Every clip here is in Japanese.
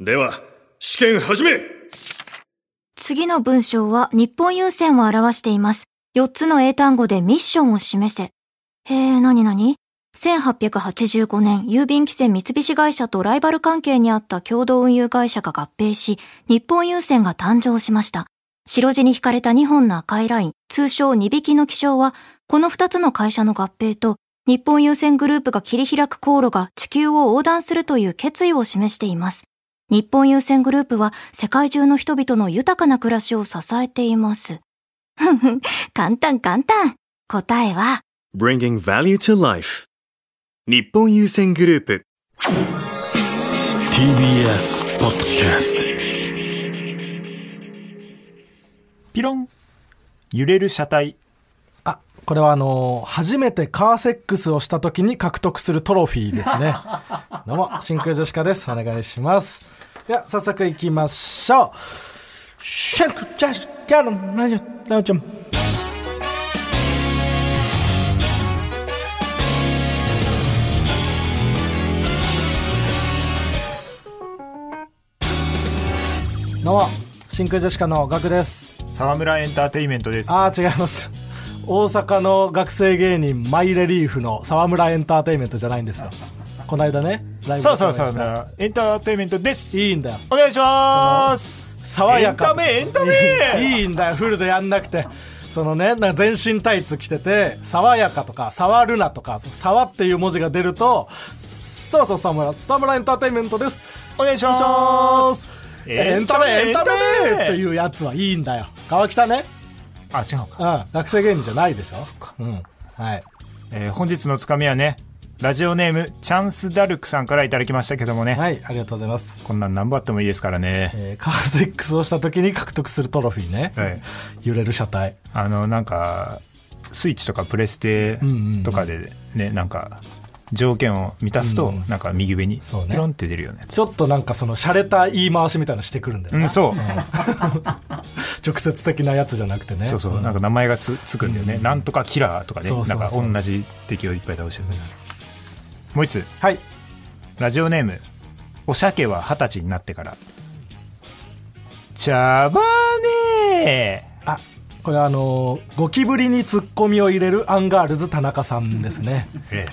では、試験始め。 次の文章は日本郵船を表しています。4つの英単語でミッションを示せ。なになに ?1885 年、郵便汽船三菱会社とライバル関係にあった共同運輸会社が合併し、日本郵船が誕生しました。白地に引かれた2本の赤いライン、通称2匹の気象は、この2つの会社の合併と、日本郵船グループが切り開く航路が地球を横断するという決意を示しています。日本郵船グループは世界中の人々の豊かな暮らしを支えています。簡単。答えは Bringing Value to Life 日本郵船グループ TBS ポッドキャストピロン揺れる車体。 これは初めてカーセックスをした時に獲得するトロフィーですね。どうも真空ジェシカです。お願いします。では早速いきましょう。真空ジェシカのラジオちゃん。どうも真空ジェシカのガクです。 沢村エンターテイメントです。 違います。大阪の学生芸人マイレリーフの沢村エンターテイメントじゃないんですよ。この間ねライブで沢村エンターテイメントです。 いいんだよ、 お願いします。 爽やかエンタメいいんだよ、フルでやんなくて。そのね、なんか全身タイツ着てて爽やかとか触るなとか沢っていう文字が出ると、そう沢村エンターテイメントです、 お願いします。 エンタメっていうやつはいいんだよ。川北ね。 違うか。 学生芸人じゃないでしょ。はい。 本日のつかみはね、ラジオネームチャンスダルクさんからいただきましたけどもね。 はい、ありがとうございます。 こんなん何本あってもいいですからね。 カーセックスをした時に獲得するトロフィーね。はい、揺れる車体。 なんかスイッチとかプレステとかでね、なんか条件を満たすと、なんか右上にピロンって出るよね。 ちょっとなんかその洒落た言い回しみたいなのしてくるんだよね。 そう。 直接的なやつじゃなくてね。 そう、なんか名前が つくんだよね。なんとかキラーとかね、なんか同じ敵をいっぱい倒してる。もう一つ。 はい。 ラジオネームお鮭は20歳になってから。茶葉ねー。 これゴキブリにツッコミを入れるアンガールズ田中さんですね。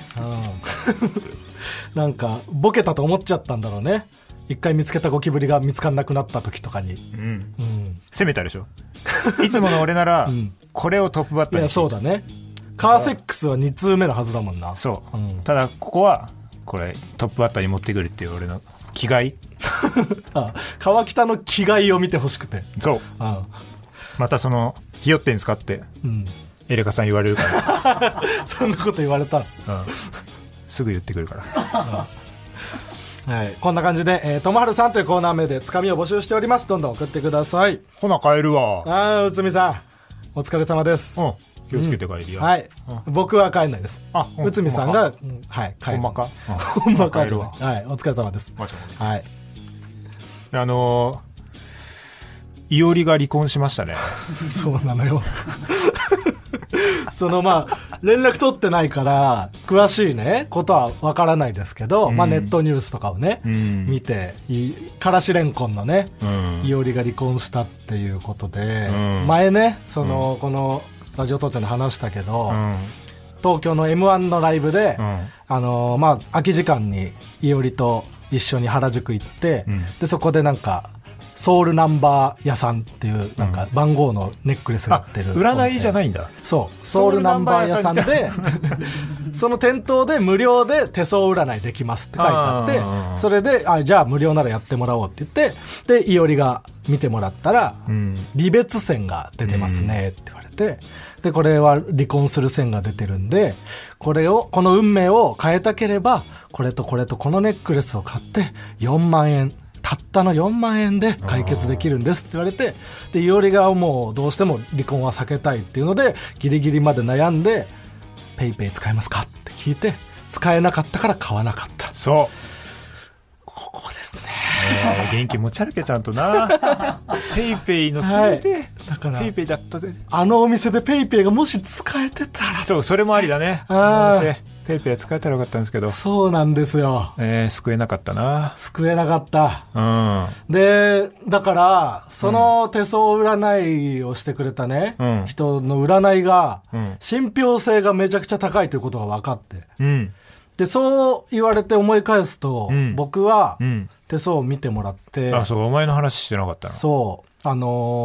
なんかボケたと思っちゃったんだろうね。一回見つけたゴキブリが見つかんなくなった時とかに、 攻めたでしょ。いつもの俺なら、これをトップバッターに。 いやそうだね。カーセックスは2通目のはずだもんな。 そう、ただここはこれトップバッターに持ってくるっていう俺の気概川北の気概を見てほしくて。 そう、またそのひよってんすかって、エレカさん言われるからそんなこと言われたら、 すぐ言ってくるから、 はい、こんな感じで、ともはるさんというコーナー名でつかみを募集しております。どんどん送ってください。 ほな帰るわ。 内海さんお疲れ様です。 気をつけて帰るよ。 はい、僕は帰んないです。内海さんがはい帰る。 ほんまか。 ほんまか。はい、お疲れ様です。はい。 いおりが離婚しましたね。 そうなのよ。連絡取ってないから詳しいねことはわからないですけど、ネットニュースとかをね、見てからしれんこんのね、いおりが離婚したっていうことで、前ねこのラジオ父ちゃんで話したけど、東京の M1 のライブで、空き時間にいおりと一緒に原宿行って、でそこでなんかソウルナンバー屋さんっていうなんか番号のネックレスが売ってる、 占いじゃないんだ。 そうソウルナンバー屋さんでその店頭で無料で手相占いできますって書いてあって、それでじゃあ無料ならやってもらおうって言って、でいおりが見てもらったら、離別線が出てますねって言われて、でこれは離婚する線が出てるんで、この運命を変えたければこれとこれとこのネックレスを買って4万円たったの4万円で解決できるんですって言われて、でいおりがもうどうしても離婚は避けたいっていうのでギリギリまで悩んで、ペイペイ使えますかって聞いて、使えなかったから買わなかった。 そうここですね。 元気持ち歩けちゃんとな。ペイペイのせいで、だからペイペイだったで、 お店でペイペイがもし使えてたら、 そうそれもありだね。 ペイペイ使えたらよかったんですけど。 そうなんですよ。 救えなかったな。 救えなかった。 うん。 で、だから、その手相占いをしてくれたね、人の占いが、信憑性がめちゃくちゃ高いということが分かって。で、そう言われて思い返すと、僕は手相を見てもらって、 あ、そう、お前の話してなかったな。 そう、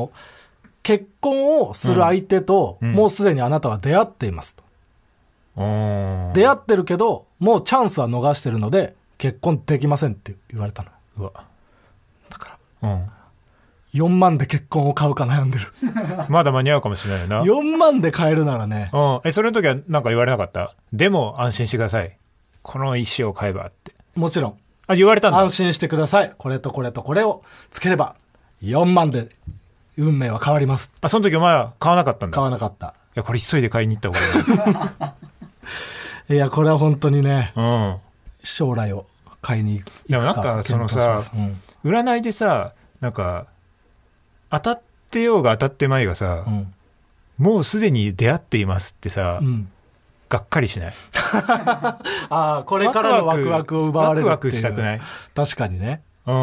結婚をする相手と、もうすでにあなたは出会っていますと。出会ってるけどもうチャンスは逃してるので結婚できませんって言われたの。 うわ、 だから、4万で結婚を買うか悩んでる。 まだ間に合うかもしれないよな。 4万で買えるならね。 それの時は何か言われなかった？でも安心してください、この石を買えばって。 もちろん。 言われたんだ。 安心してください、これとこれとこれをつければ4万で運命は変わります。 その時お前は買わなかったんだ。 買わなかった。いや、これ急いで買いに行った方がいい。 いや、これは本当にね、将来を買いに行くか。 でもなんかそのさ、占いでさ、なんか当たってようが当たってまいがさ、もうすでに出会っていますってさ、がっかりしない？ これからのワクワクを奪われるっていう。 ワクワクしたくない？ 確かにね。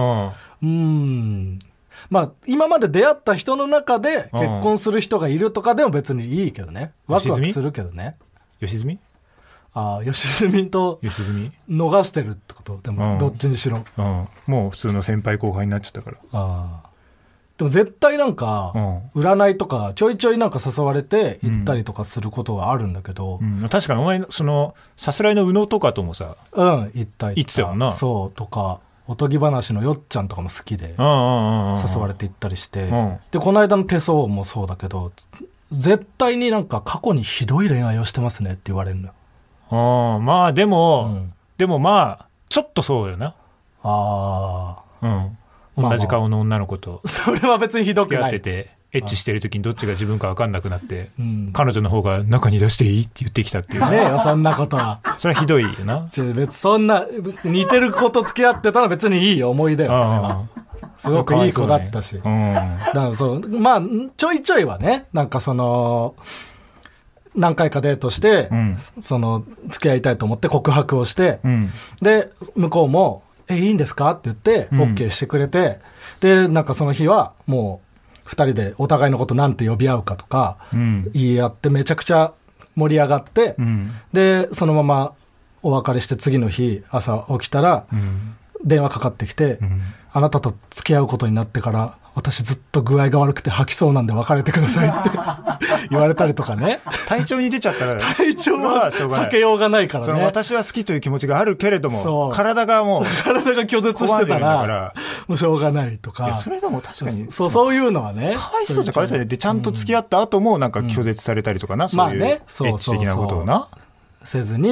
まあ、今まで出会った人の中で結婚する人がいるとかでも別にいいけどね。ワクワクするけどね。 吉住？ 吉住と逃してるってこと？でもどっちにしろ、 もう普通の先輩後輩になっちゃったから。 でも絶対なんか、占いとかちょいちょいなんか誘われて行ったりとかすることがあるんだけど、 確かにお前そのさすらいの宇野とかともさ、 行ったよな。 そうとか、おとぎ話のよっちゃんとかも好きで誘われて行ったりして、でこの間の手相もそうだけど、絶対になんか過去にひどい恋愛をしてますねって言われるのよ。 まあでも、まあちょっとそうよな。同じ顔の女の子とそれは別にひどくない。 付き合っててエッチしてる時にどっちが自分か分かんなくなって、彼女の方が中に出していいって言ってきたっていうねえよ、そんなことは。 それはひどいよな。 別そんな似てる子と付き合ってたら別にいいよ、思い出よ、それは。すごくいい子だったし、だからそう、まあちょいちょいはね、なんかその何回かデートして、その付き合いたいと思って告白をして、で向こうもいいんですかって言って OK してくれて、でなんかその日はもう2人でお互いのことなんて呼び合うかとか言い合ってめちゃくちゃ盛り上がって、でそのままお別れして次の日朝起きたら電話かかってきて、あなたと付き合うことになってから私ずっと具合が悪くて吐きそうなんで別れてくださいって言われたりとかね。 体調に出ちゃったら体調は避けようがないからね。 その私は好きという気持ちがあるけれども体が拒絶してたらもうしょうがないとか。 いやそれでも確かにそういうのはね、 かわいそうじゃかわいそうで、ちゃんと付き合った後もなんか拒絶されたりとかな、そういうエッチ的なことをなせずに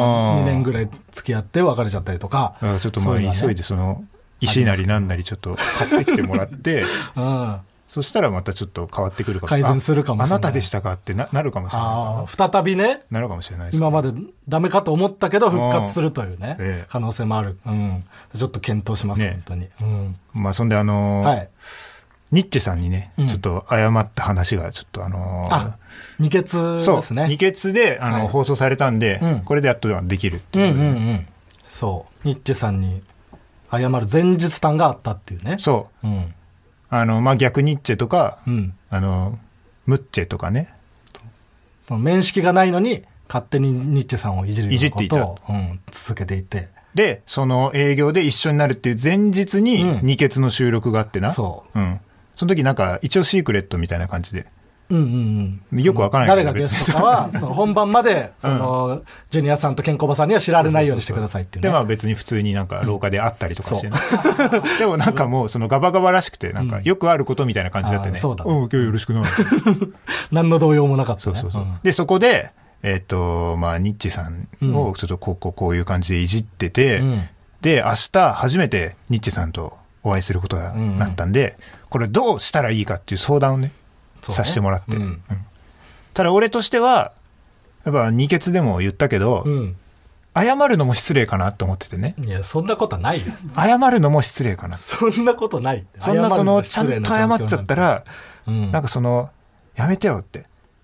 2年ぐらい付き合って別れちゃったりとか。 ちょっとまあ急いでその石なりなんなりちょっと買ってきてもらってそしたらまたちょっと変わってくるかもしれない。 改善するかもしれない。 あなたでしたかって なるかもしれない。 再びね、 なるかもしれないです、 ね、今までダメかと思ったけど復活するというね、可能性もある、ちょっと検討します、本当に、 まあそんでニッチェさんにね、ちょっと謝った話がちょっと二血ですね。 二血で放送されたんで、これでやっとできるっていう、 そうニッチェさんに謝る前日談があったっていうね。 そう、まあ逆ニッチェとか、ムッチェとかね、 面識がないのに勝手にニッチェさんをいじるようなことを続けていて、 でその営業で一緒になるっていう前日に二血の収録があってな、その時なんか一応シークレットみたいな感じで、よくわからない誰がゲストかはその本番までそのジュニアさんとケンコバさんには知られないようにしてくださいっていうね。 でまあ別に普通になんか廊下で会ったりとかしてね、でもなんかもうそのガバガバらしくてなんかよくあることみたいな感じだってね、 そうだね、 今日よろしくな何の動揺もなかったね。 でそこでまあニッチさんをちょっとこういう感じでいじってて、で明日初めてニッチさんとお会いすることがなったんで、これどうしたらいいかっていう相談をねさせてもらって、ただ俺としてはやっぱ二血でも言ったけど、謝るのも失礼かなと思っててね。 いやそんなことないよ。 謝るのも失礼かな。 そんなことない。 そんなちゃんと謝っちゃったら、なんかやめてよって、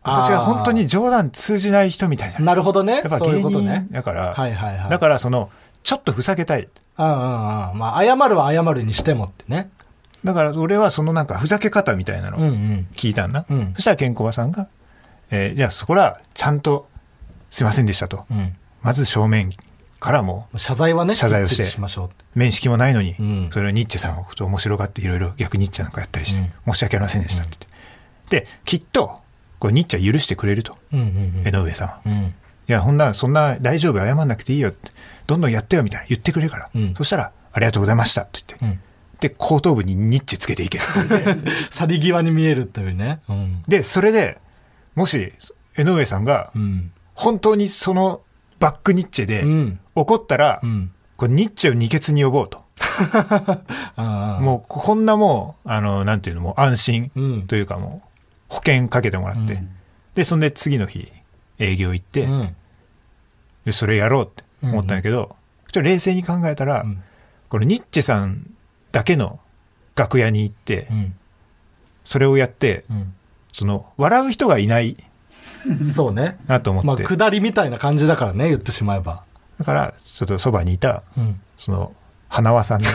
私が本当に冗談通じない人みたいな。 なるほどね。 やっぱ芸人だから、 はいはいはい。 だからちょっとふざけたい。 まあ、謝るは謝るにしてもってね。 だから俺はなんかふざけ方みたいなのを聞いたんだ。そしたらケンコバさんが、じゃあそこらちゃんとすいませんでしたと。まず正面からも謝罪はね、 謝罪をしてしましょう。 面識もないのに、それをニッチェさんを面白がっていろいろ逆ニッチェなんかやったりして、申し訳ありませんでしたって言って。で、きっと、ニッチェは許してくれると。江上さんは。いや、そんな大丈夫、謝んなくていいよって。どんどんやってよみたいな言ってくれるから。そしたら、ありがとうございましたって言って。で、後頭部にニッチェつけていける。 去り際に見えるっていうね。 で、それで、もし、江上さんが、本当にそのバックニッチェで怒ったら、ニッチェを二血に呼ぼうと。もう、こんななんていうの、もう安心というかもう、保険かけてもらって。で、そんで次の日、営業行って、でそれやろうって思ったんだけど、ちょっと冷静に考えたら、これニッチェさんだけの楽屋に行って、それをやって、笑う人がいない。 そうね。 なと思って。 まあ、下りみたいな感じだからね、言ってしまえば。 だから、ちょっとそばにいた、花輪さんに。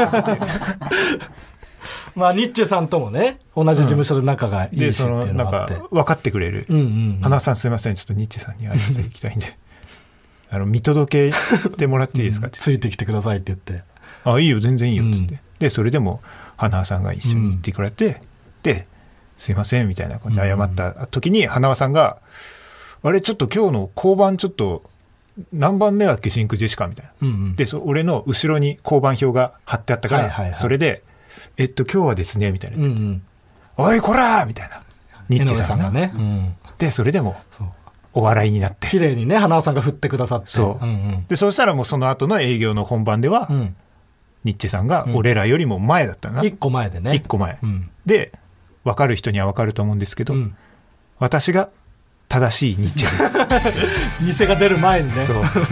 まあ、ニッチェさんともね、同じ事務所で仲がいいしっていうのがあって。 分かってくれる。花輪さんすいません、ちょっとニッチェさんに挨拶行きたいんで、見届けてもらっていいですかって。 ついてきてくださいって言って。 あ、いいよ、全然いいよ、つって。で、それでも、花輪さんが一緒に行ってくれて、で、すいませんみたいな感じで謝った時に花輪さんが、あれちょっと今日の交番ちょっと何番目だっけ真空ジェシカみたいな、で俺の後ろに交番表が貼ってあったから、それで今日はですねみたいな、おいこらーみたいなニッチェさんがね、でそれでもお笑いになって綺麗にね花輪さんが振ってくださって、 でそうしたらもうその後の営業の本番では、ニッチェさんが俺らよりも前だったな、 1個前でね、 1個前、で分かる人には分かると思うんですけど、私が正しいニッチェです偽が出る前にね、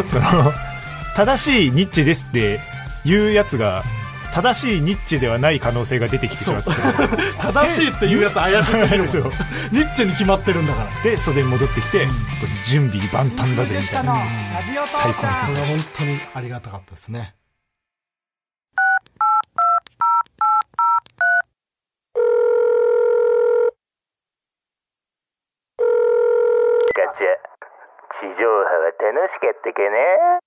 正しいニッチェですっていうやつが正しいニッチェではない可能性が出てきてしまって正しいっていうやつ怪しすぎるニッチェに決まってるんだから。 で袖に戻ってきて、準備万端だぜみたいな、最高にそれは本当にありがたかったですね。 地上波は楽しかったかな。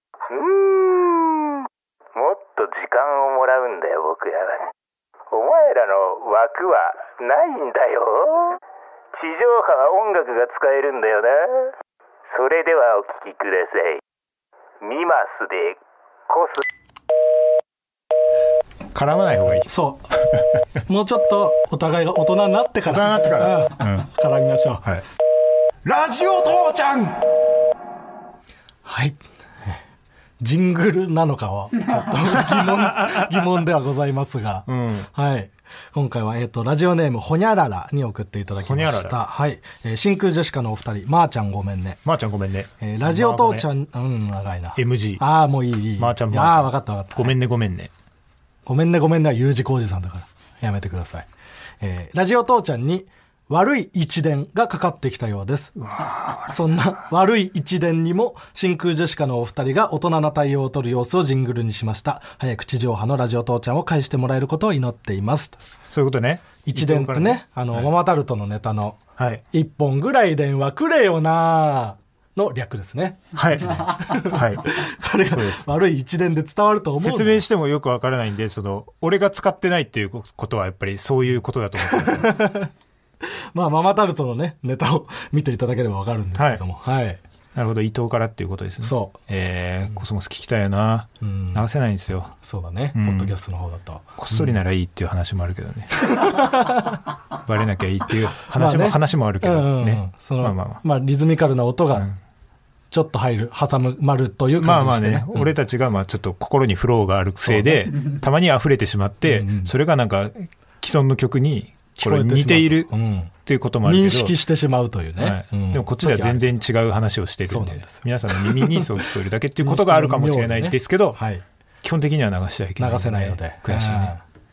もっと時間をもらうんだよ僕らは。お前らの枠はないんだよ。地上波は音楽が使えるんだよな。それではお聴きください。ミマスでコス。 絡まない方がいい。 そうもうちょっとお互いが大人になってから絡みましょう。 はい、ラジオ父ちゃん。 はい、ジングルなのかはちょっと疑問ではございますが、はい、今回は、ラジオネームほにゃららに送っていただきました。はい、真空ジェシカのお二人、まーちゃんごめんね。 まーちゃんごめんね。 ラジオ父ちゃん、長いな。 MG。 ああ、もういい。 まーちゃん。 ああ、分かった。 ごめんねごめんね。 ごめんねごめんねは U 字工事さんだからやめてください。ラジオ父ちゃんに悪い一伝がかかってきたようです。そんな悪い一伝にも真空ジェシカのお二人が大人な対応を取る様子をジングルにしました。早く地上波のラジオ父ちゃんを返してもらえることを祈っています。 そういうことね。 一伝ってね、ママタルトのネタの一本ぐらい電話くれよなの略ですね。 はい。はい。 これが悪い一伝で伝わると思う。 説明してもよくわからないんで、俺が使ってないっていうことはやっぱりそういうことだと思ってます。 まあ、ママタルトのね、ネタを見ていただければわかるんですけども。はい。 なるほど、伊藤からっていうことですね。 そう。 コスモス聞きたいよな。流せないんですよ。 そうだね。ポッドキャストの方だと。 こっそりならいいっていう話もあるけどね。バレなきゃいいっていう話もあるけどね。 まあ、リズミカルな音がちょっと挟まるという感じですね。 まあね、俺たちがちょっと心にフローがあるせいで、たまに溢れてしまって、それがなんか既存の曲にこれ似ているっていうこともあるけど、 認識してしまうというね。 でもこっちでは全然違う話をしているんで、皆さんの耳にそう聞こえるだけっていうことがあるかもしれないですけど、基本的には流しちゃいけない。 流せないので。 悔しいね。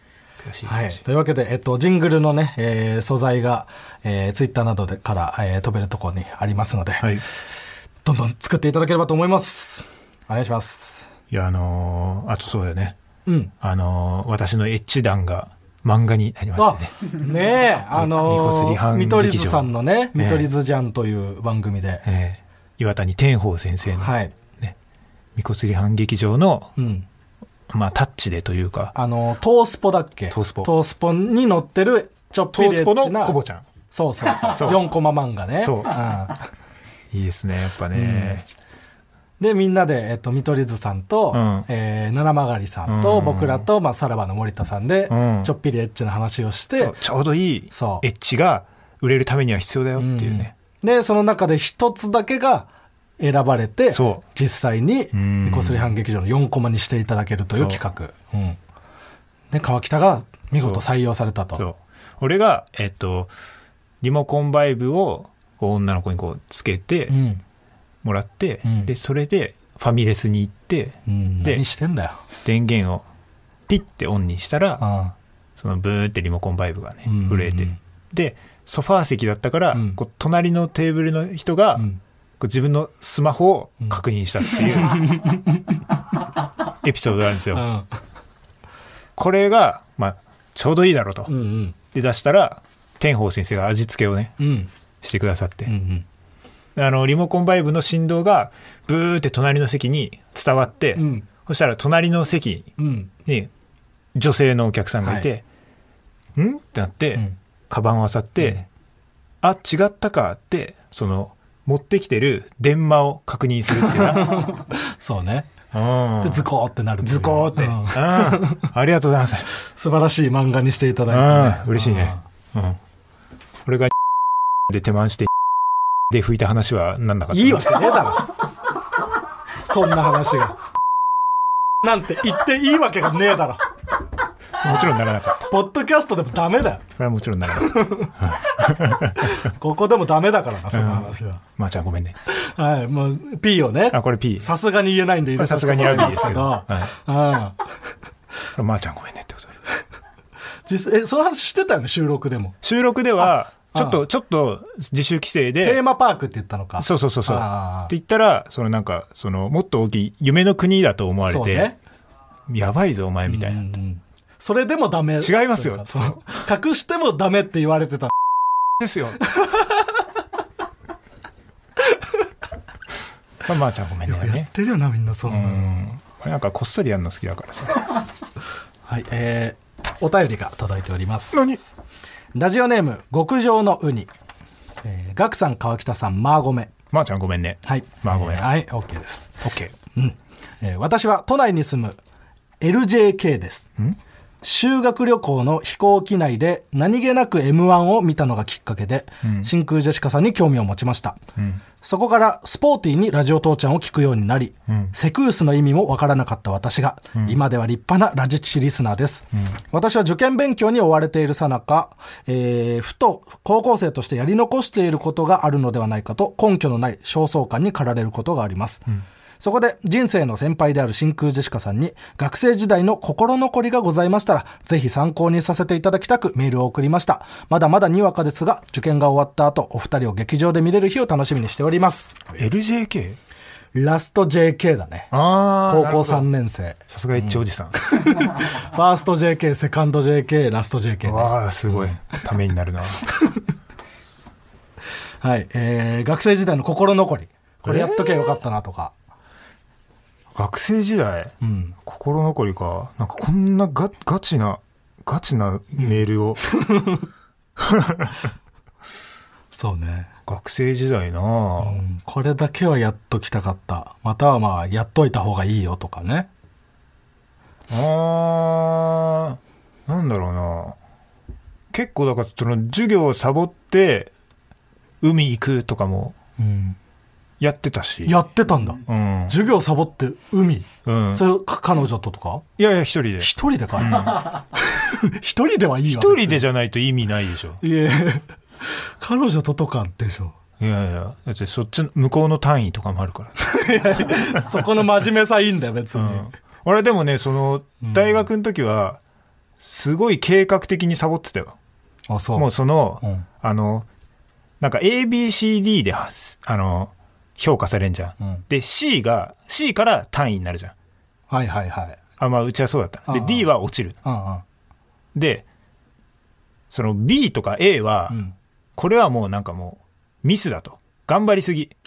らしい。 はい。というわけで、ジングルのね、素材が、ツイッターなどでから、飛べるところにありますので、 はい。 どんどん作っていただければと思います。お願いします。 いや、あとそうだよね。 うん。 私のエッチ談が漫画になりましてね。 ねえ、見取り図さんのね、見取り図じゃんという番組で。 岩谷天宝先生の、 はい。 ね、みこすり藩劇場の、 うん。 まあ、タッチでというか。 トースポだっけ？ トースポ。 トースポに載ってる、ちょっぴりエッチな。 トースポのコボちゃん。 そう。4コマ漫画ね。 そう。いいですね、やっぱね。 で、みんなで、見取り図さんと、七曲さんと、僕らと、まあ、さらばの森田さんで、ちょっぴりエッチな話をして、 ちょうどいいエッチが売れるためには必要だよっていうね。 で、その中で一つだけが選ばれて、実際に、みこすり藩劇場の4コマにしていただけるという企画。で、川北が見事採用されたと。 そう。俺が、リモコンバイブを女の子にこうつけてもらって、でそれでファミレスに行って、で何してんだよ。 電源をピッてオンにしたら、そのブーってリモコンバイブがね震えて、でソファー席だったから、こう隣のテーブルの人が、こう自分のスマホを確認したっていう、エピソードがあるんですよ。これが、まあ、ちょうどいいだろうと、で出したら天宝先生が味付けをね、してくださって、リモコンバイブの振動がブーって隣の席に伝わって、そしたら隣の席に女性のお客さんがいて、んってなって、カバンを漁って、あ、違ったかって、その持ってきてる電話を確認するっていうな。 そうね。でズコーってなる。 ズコーって、ありがとうございます。 素晴らしい漫画にしていただいて、 嬉しいね。俺がで手回してで拭いた話はなんだかった。 いいわけねえだろ。そんな話がなんて言っていいわけがねえだろ。 もちろんならなかった。 ポッドキャストでもダメだよ。 それはもちろんならなかった。 ここでもダメだからな、その話は。 まあちゃんごめんね。 はい、もう P をね。 これ P。 さすがに言えないんで入れさせてもらいますけど。 まあちゃんごめんねってことです。 実際その話してたよね、収録でも。 収録ではちょっと自主規制でテーマパークって言ったのか。 そうって言ったら、そのなんかそのもっと大きい夢の国だと思われて、ね、やばいぞお前みたいな、 それでもダメ。 違いますよ。 隠してもダメって言われてたですよ。まあちゃんごめんね。 やってるよなみんなそんなの。 俺なんかこっそりやるの好きだからさ。 はい、お便りが届いております。 何？ ラジオネーム極上のウニ、ガクさん川北さんマーゴメ。 まーちゃんごめんね。 はい、 マーゴメ。 はい、 OK です。 OK。 私は都内に住む LJK です。修学旅行の飛行機内で何気なく M1 を見たのがきっかけで、真空ジェシカさんに興味を持ちました。そこからスポーティーにラジオ父ちゃんを聞くようになり、セクースの意味もわからなかった私が、今では立派なラジチリスナーです。私は受験勉強に追われているさなか、ふと高校生としてやり残していることがあるのではないかと根拠のない焦燥感に駆られることがあります。そこで人生の先輩である真空ジェシカさんに学生時代の心残りがございましたらぜひ参考にさせていただきたくメールを送りました。まだまだにわかですが受験が終わった後お二人を劇場で見れる日を楽しみにしております。 LJK？ ラスト JK だね。高校3年生。 さすがエッチおじさん。 ファースト JK、セカンド JK、ラスト JK、ね、 わあすごい、ためになるな。 はい、学生時代の心残り、これやっとけばよかったなとか。 学生時代、心残りか。なんかこんなガチなメールを、 そうね。 学生時代な、 これだけはやっときたかった。またはまあやっといた方がいいよとかね。 なんだろうな。結構だからその授業をサボって海行くとかもやってたし。 やってたんだ。授業サボって海。それ彼女とか？ いや一人で。 一人でか。一人ではいいわ。 一人でじゃないと意味ないでしょ。 いや彼女とかでしょ。 いやだってそっち向こうの単位とかもあるから。 そこの真面目さいいんだよ別に。 俺でもねその大学の時はすごい計画的にサボってたよ。 あ、そう。 もうその、 うん、 なんか ABCD で評価されんじゃん、うん、で C から単位になるじゃん。 はいはいはい。 まあうちはそうだった。で D は落ちる。でその B とか A は、うん、これはもうなんかもうミスだと、頑張りすぎ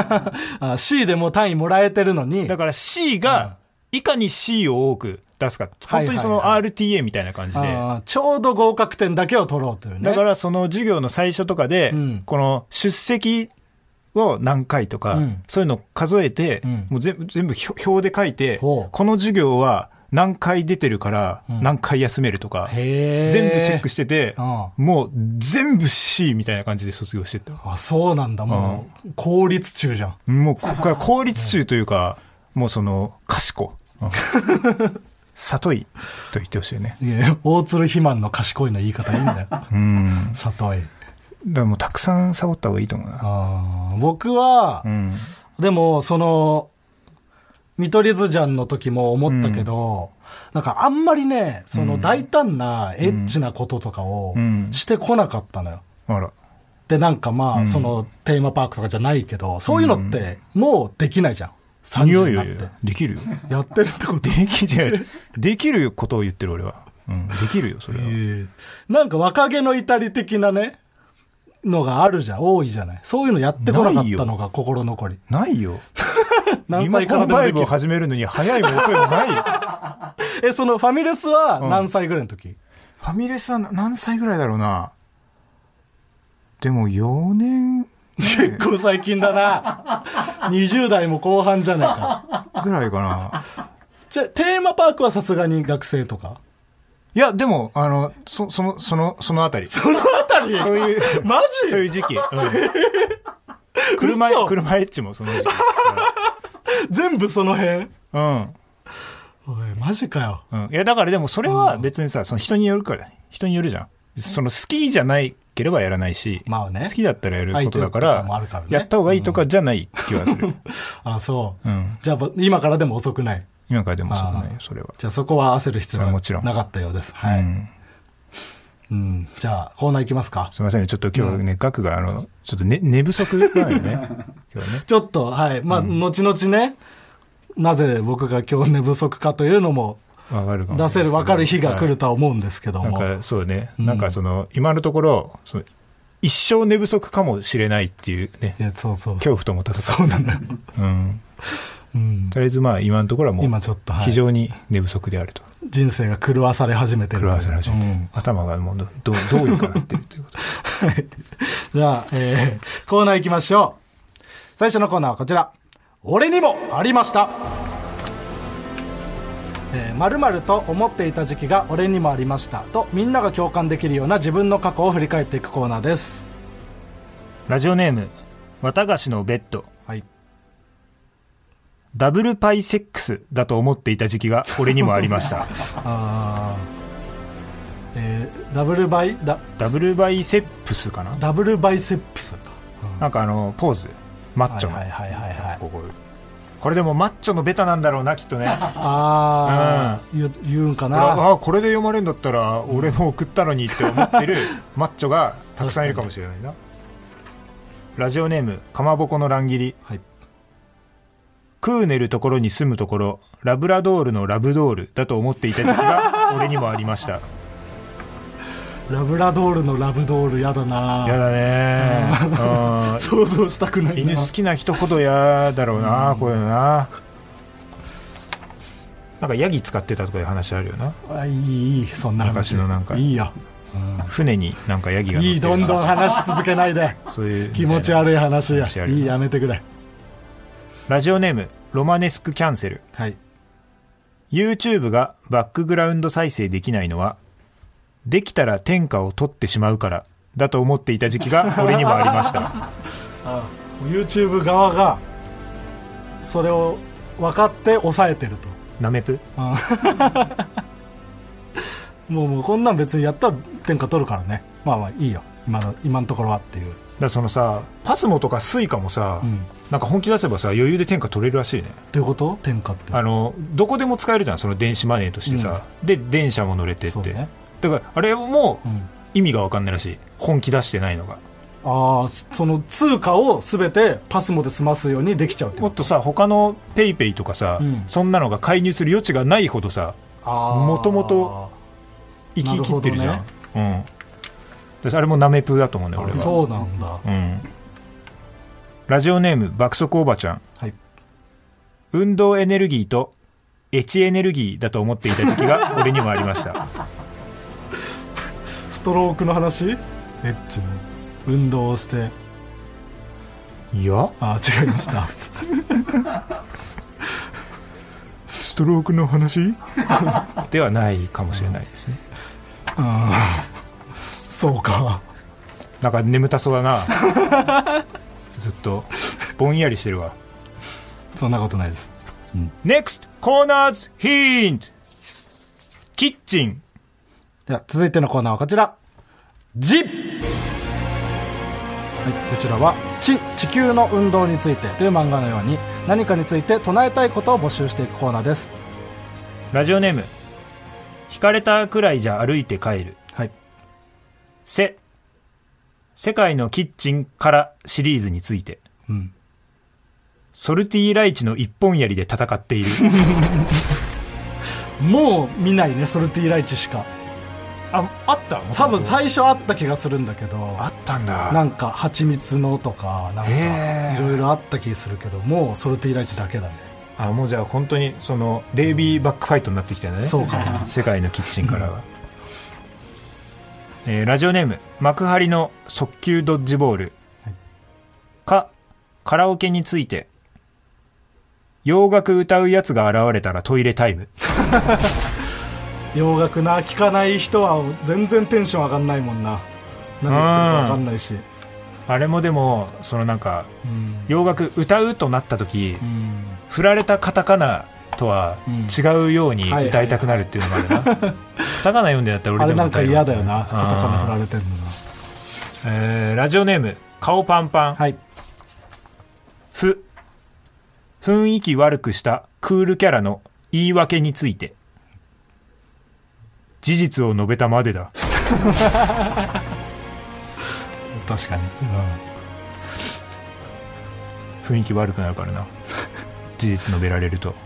C でもう単位もらえてるのに、 だから C がいかに C を多く出すか、本当にその RTA みたいな感じで、 ちょうど合格点だけを取ろうというね。 だからその授業の最初とかで、うん、この出席を何回とか、うん、そういうのを数えて、うん、もう全部表で書いて、この授業は何回出てるから何回休めるとか、全部チェックしてて、もう全部 C みたいな感じで卒業してった。 あ、そうなんだ。もう公立中じゃん。 もうこれは公立中というか、もうその賢、里いと言ってほしいね。 いや、大鶴肥満の賢いの言い方いいんだよ。里い。 だからもうたくさんサボった方がいいと思うな。 僕は、でもその見取り図じゃんの時も思ったけど、なんかあんまりね、その大胆なエッチなこととかをしてこなかったのよ。 あら。 でなんかまあ、そのテーマパークとかじゃないけど、そういうのってもうできないじゃん。30になって。 できるよ。 やってるってこと？ できることを言ってる俺は。できるよそれは。 なんか若気の至り的なねのがあるじゃん、多いじゃない。そういうのやってこなかったのが心残り。 ないよ。 何歳からでもできる。 今このバイブを始めるのに早いも遅いもないよ。 そのファミレスは何歳ぐらいの時？ ファミレスは何歳ぐらいだろうな。でも4年結構最近だな。20代も後半じゃないかぐらいかな。 じゃあテーマパークはさすがに学生とか？ いやでもそのあたり、 そのあたり、 そういうマジ？ そういう時期、車エッチもその時期全部その辺。おいマジかよ。 いやだからでもそれは別にさ、その人によるから、人によるじゃん。その好きじゃないければやらないし、 まあね、 好きだったらやることだから、やった方がいいとかじゃない気はする。 あ、そう。じゃあ今からでも遅くない。 今からでも遅くないよそれは。 じゃあそこは焦る必要はなかったようです。はい。じゃあコーナーいきますか。 すみませんね、ちょっと今日ね、ガクがちょっと寝不足だよね。今日ね。 ちょっとはい、まあ後々ね、なぜ僕が今日寝不足かというのも分かる日が来るとは思うんですけども、 なんかそうね、なんかその今のところ一生寝不足かもしれないっていうね、恐怖とも戦って。 そうなんだよ。 とりあえずまあ今のところはもう非常に寝不足であると。 人生が狂わされ始めてる。 頭がもうどういうかなってるということ。はい、 じゃあ、コーナー行きましょう。最初のコーナーはこちら。俺にもありました。〇〇と思っていた時期が俺にもありましたと、みんなが共感できるような自分の過去を振り返っていくコーナーです。 ラジオネーム綿菓子のベッド。 はい。 ダブルパイセックスだと思っていた時期が俺にもありました。 ダブルバイセップスかな。 ダブルバイセップスか、 なんかポーズマッチョの、これでもマッチョのベタなんだろうなきっとね。 言うんかな。 これで読まれるんだったら俺も送ったのにって思ってるマッチョがたくさんいるかもしれないな。ラジオネームかまぼこの乱切り。はい。クーネルところに住むところ、ラブラドールのラブドールだと思っていた時期が俺にもありました。 ラブラドールのラブドールやだな。 やだね。 想像したくないな。 犬好きな人ほどやだろうな、こういうのな。なんかヤギ使ってたとかいう話あるよな。 いいそんな話。 昔のなんかいいよ。 船になんかヤギが乗ってる。 いい、どんどん話し続けないで。 そういう気持ち悪い話や。いい、やめてくれ。 ラジオネームロマネスクキャンセル。 はい。 YouTube がバックグラウンド再生できないのはできたら天下を取ってしまうからだと思っていた時期が俺にもありました。 YouTube 側がそれを分かって抑えてると。 なめぷもうこんなん別にやったら天下取るからね。まあまあいいよ。 今のところはっていう。 だからそのさパスモとかスイカもさ、なんか本気出せばさ余裕で天下取れるらしいね。 どういうこと？天下ってどこでも使えるじゃん、その電子マネーとしてさ、で電車も乗れてって、ね、だからあれも意味が分かんないらしい、本気出してないのが。 ああ、その通貨を全てパスモで済ますようにできちゃうってこと。 もっとさ他のペイペイとかさ、そんなのが介入する余地がないほどさ、もともと生き切ってるじゃん、あれもナメプーだと思うね俺は。 そうなんだ、 ラジオネーム爆速おばちゃん、はい、運動エネルギーとエチエネルギーだと思っていた時期が俺にもありましたストロークの話？エッチの運動をして。 いや、 違いましたストロークの話ではないかもしれないですね。 そうか。 なんか眠たそうだなずっとぼんやりしてるわ。 そんなことないです、 NEXT コーナーズヒント、キッチン。 では続いてのコーナーはこちら、地。こちらは地球の運動についてという漫画のように何かについて唱えたいことを募集していくコーナーです。 ラジオネーム引かれたくらいじゃ歩いて帰る、はい、世界のキッチンからシリーズについて、ソルティーライチの一本槍で戦っているもう見ないね、ソルティーライチしか。 あった多分最初あった気がするんだけど。 あったんだ。 なんか蜂蜜のとかなんかいろいろあった気するけど、もうソルティーライチだけだね。 もうじゃあ本当にそのデイビーバックファイトになってきたよね。 そうかな。 世界のキッチンからはラジオネーム幕張の速球ドッジボール、カラオケについて、洋楽歌うやつが現れたらトイレタイム洋楽な、聞かない人は全然テンション上がんないもんな。何言ってるか分かんないし。 あれもでもそのなんか、洋楽歌うとなった時、振られたカタカナとは違うように歌いたくなるっていうのもあるな、カタカナ読んでだったら俺でも歌える。 あれなんか嫌だよな、カタカナ振られてるのな。ラジオネーム顔パンパン、はい、雰囲気悪くしたクールキャラの言い訳について、事実を述べたまでだ確かに、 雰囲気悪くなるからな事実述べられると、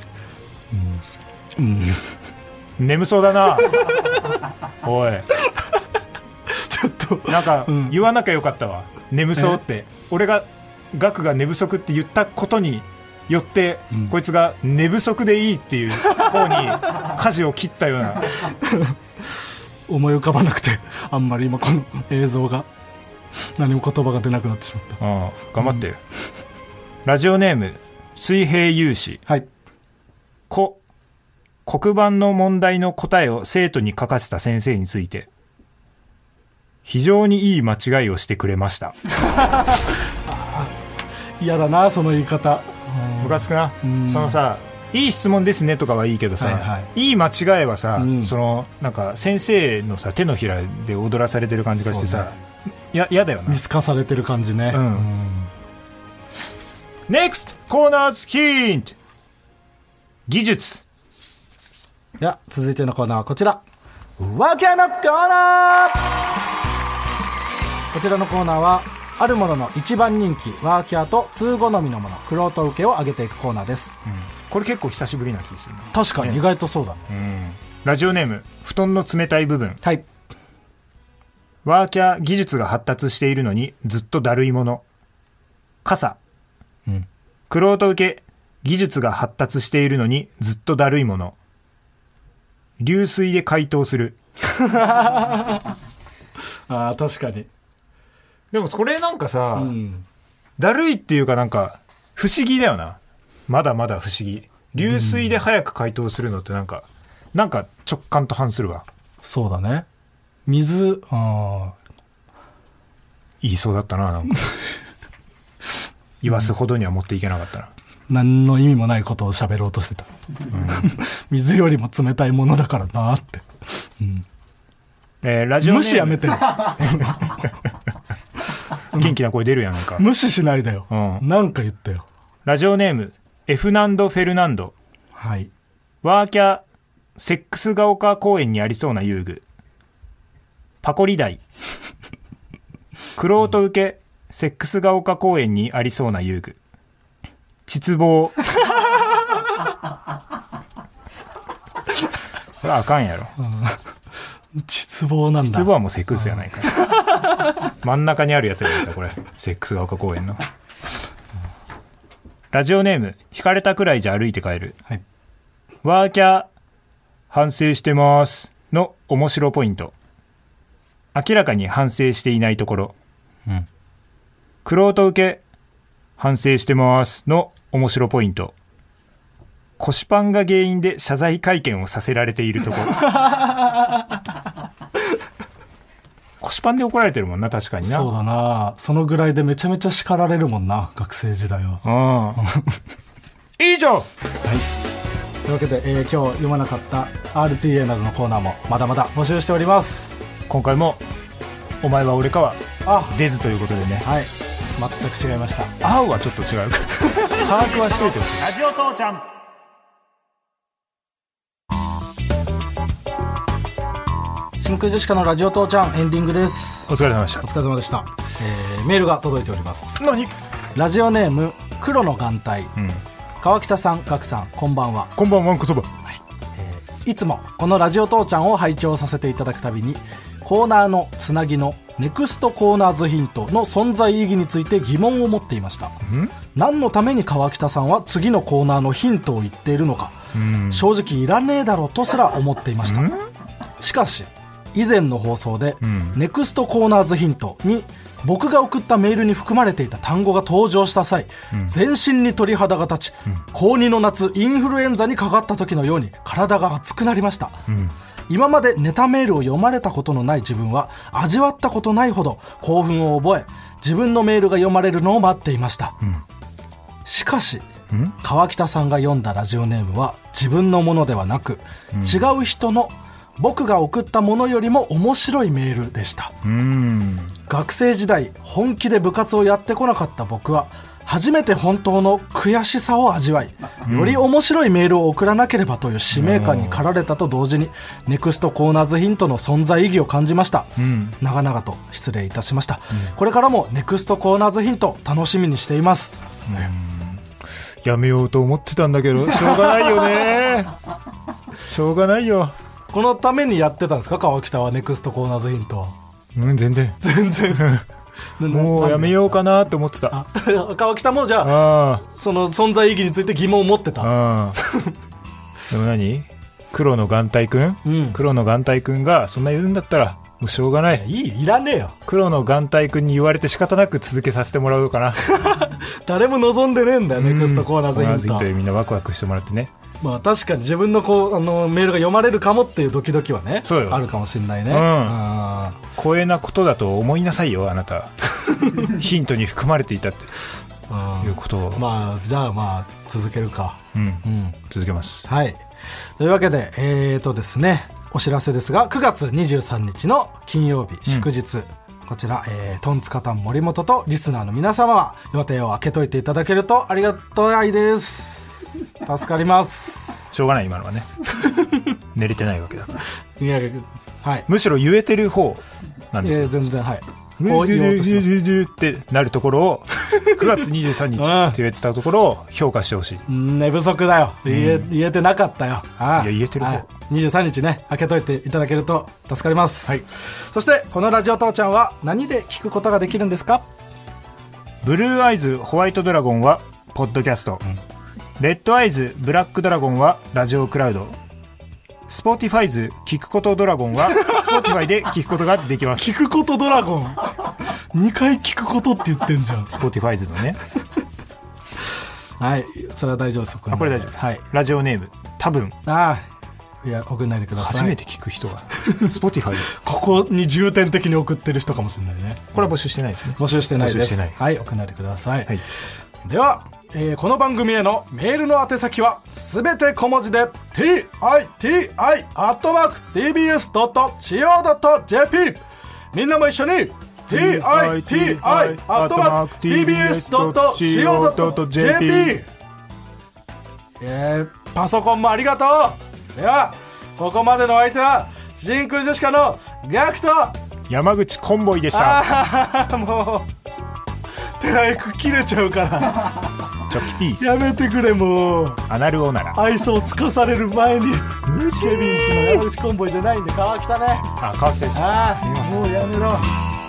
眠そうだなおいちょっとなんか言わなきゃよかったわ、眠そうって。俺がガクが寝不足って言ったことによって、こいつが寝不足でいいっていう方に舵を切ったような思い浮かばなくて、あんまり今この映像が何も言葉が出なくなってしまった。 頑張って、ラジオネーム水平有志、はい、黒板の問題の答えを生徒に書かせた先生について、非常にいい間違いをしてくれました嫌だなその言い方、 ムカつくな。そのさ、いい質問ですねとかはいいけどさ、いい間違いはさ、そのなんか先生のさ手のひらで踊らされてる感じがしてさ、やだよな。 見透かされてる感じね。 NEXT コーナーズヒント、技術。 いや、続いてのコーナーはこちら、ワーキャーのコーナー。こちらのコーナーはあるものの一番人気、ワーキャーと通好みのもの、玄人受けを上げていくコーナーです。 これ結構久しぶりな気がするね。 確かに、意外とそうだね。 ラジオネーム布団の冷たい部分、 はい、 ワーキャー技術が発達しているのにずっとだるいもの、傘。玄人受け技術が発達しているのにずっとだるいもの、流水で解凍するあ、確かに。 でもこれなんかさ、だるいっていうかなんか不思議だよな。まだまだ不思議。流水で早く解凍するのってなんか直感と反するわ。 そうだね。水、 言いそうだったな、なんか言わすほどには持っていけなかったな。 何の意味もないことを喋ろうとしてた、水よりも冷たいものだからなって、 ラジオネーム無視やめてよ。 元気な声出るやんか。 無視しないでよ。なんか言ったよ。 ラジオネーム F ナンドフェルナンド。 はい。 ワーキャーセックスが丘公園にありそうな遊具。パコリ台。クロート受けセックスが丘公園にありそうな遊具。膣望。これあかんやろ。 膣望なんだ。 膣望はもうセックスやないか。真ん中にあるやつやないかこれ。セックスが丘公園の。ラジオネーム引かれたくらいじゃ歩いて帰る。 はい。 ワーキャー反省してますの面白ポイント。明らかに反省していないところ。クロート受け反省してますの面白ポイント。腰パンが原因で謝罪会見をさせられているところ。腰パンで怒られてるもんな、確かにな。 そうだな。そのぐらいでめちゃめちゃ叱られるもんな、学生時代は。 以上。はい。 というわけで、今日読まなかった RTA などのコーナーもまだまだ募集しております。 今回もお前は俺かは出ずということでね。 はい。全く違いました。 青はちょっと違う。把握はしといてほしい。ラジオ父ちゃん。 真空ジェシカのラジオ父ちゃんエンディングです。 お疲れ様でした。 お疲れ様でした。メールが届いております。 何？ ラジオネーム黒の眼帯、川北さん、ガクさん、こんばんは。 こんばんは、こそば。 いつもこのラジオ父ちゃんを拝聴させていただくたびにコーナーのつなぎのネクストコーナーズヒントの存在意義について疑問を持っていました。何のために川北さんは次のコーナーのヒントを言っているのか、正直いらねえだろうとすら思っていました。しかし以前の放送で、ネクストコーナーズヒントに僕が送ったメールに含まれていた単語が登場した際、全身に鳥肌が立ち、高2の夏インフルエンザにかかった時のように体が熱くなりました。今までネタメールを読まれたことのない自分は味わったことないほど興奮を覚え、自分のメールが読まれるのを待っていました。しかし川北さんが読んだラジオネームは自分のものではなく、違う人の僕が送ったものよりも面白いメールでした。学生時代本気で部活をやってこなかった僕は初めて本当の悔しさを味わい、より面白いメールを送らなければという使命感に駆られたと同時に、ネクストコーナーズヒントの存在意義を感じました。長々と失礼いたしました。これからもネクストコーナーズヒント楽しみにしています。 やめようと思ってたんだけどしょうがないよね。しょうがないよ。 このためにやってたんですか、川北は。ネクストコーナーズヒントは。 全然もうやめようかなって思ってた。 川北もじゃあその存在意義について疑問を持ってた。 でも何、黒の眼帯くん、黒の眼帯くんがそんな言うんだったらもうしょうがない。 いらねえよ。 黒の眼帯くんに言われて仕方なく続けさせてもらおうかな。 誰も望んでねえんだよ、ネクストコーナーズヒント。コーナーズヒントでみんなワクワクしてもらってね。 まあ確かに自分のメールが読まれるかもっていうドキドキはね、あるかもしれないね。 光栄なことだと思いなさいよ、あなた。ヒントに含まれていたっていうことを。 まあじゃあ続けるか。 続けます。 はい。というわけでですね、お知らせですが、9月23日の金曜日祝日、こちら、トンツカタン森本とリスナーの皆様は予定を空けといていただけるとありがたいです。助かります。 しょうがない、今のはね。寝れてないわけだから。 いや、はい。 むしろ言えてる方なんですよ。 全然、はい。 こう言おうとしてってなるところを9月23日って言えてたところを評価してほしい。 寝不足だよ。言えてなかったよ。 いや、言えてる方。 23日ね、開けといていただけると助かります。 はい。 そしてこのラジオ父ちゃんは何で聞くことができるんですか？ ブルーアイズホワイトドラゴンはポッドキャスト、レッドアイズブラックドラゴンはラジオクラウド、スポーティファイズ聞くことドラゴンはスポーティファイで聞くことができます。 聞くことドラゴン2回聞くことって言ってんじゃん。 スポーティファイズのね。 はい、それは大丈夫です。 これ大丈夫。 はい。 ラジオネーム多分。 いや、送んないでください。 初めて聞く人がスポティファイでここに重点的に送ってる人かもしれないね。 これは募集してないですね。 募集してないです。 募集してない。 はい、送んないでください。 はい。 では、この番組へのメールの宛先はすべて小文字で TITI@tbs.co.jp みんなも一緒に TITI@tbs.co.jp パソコンもありがとう。ではここまでのお相手は真空ジェシカのガクと山口コンボイでした。 もう手早く切れちゃうからチョキピースやめてくれ。もうアナルオナラ愛想をつかされる前にケビンスの山口コンボイじゃないんで川北ね。 川北でした。 もうやめろ。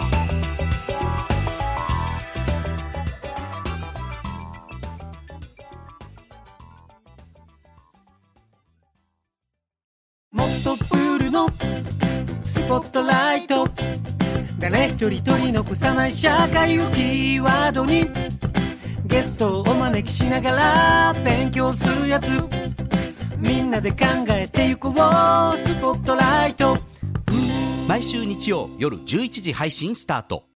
もっとプールのスポットライト、誰一人取り残さない社会をキーワードにゲストをお招きしながら勉強するやつ、みんなで考えてゆこうスポットライト。 毎週日曜夜11時配信スタート。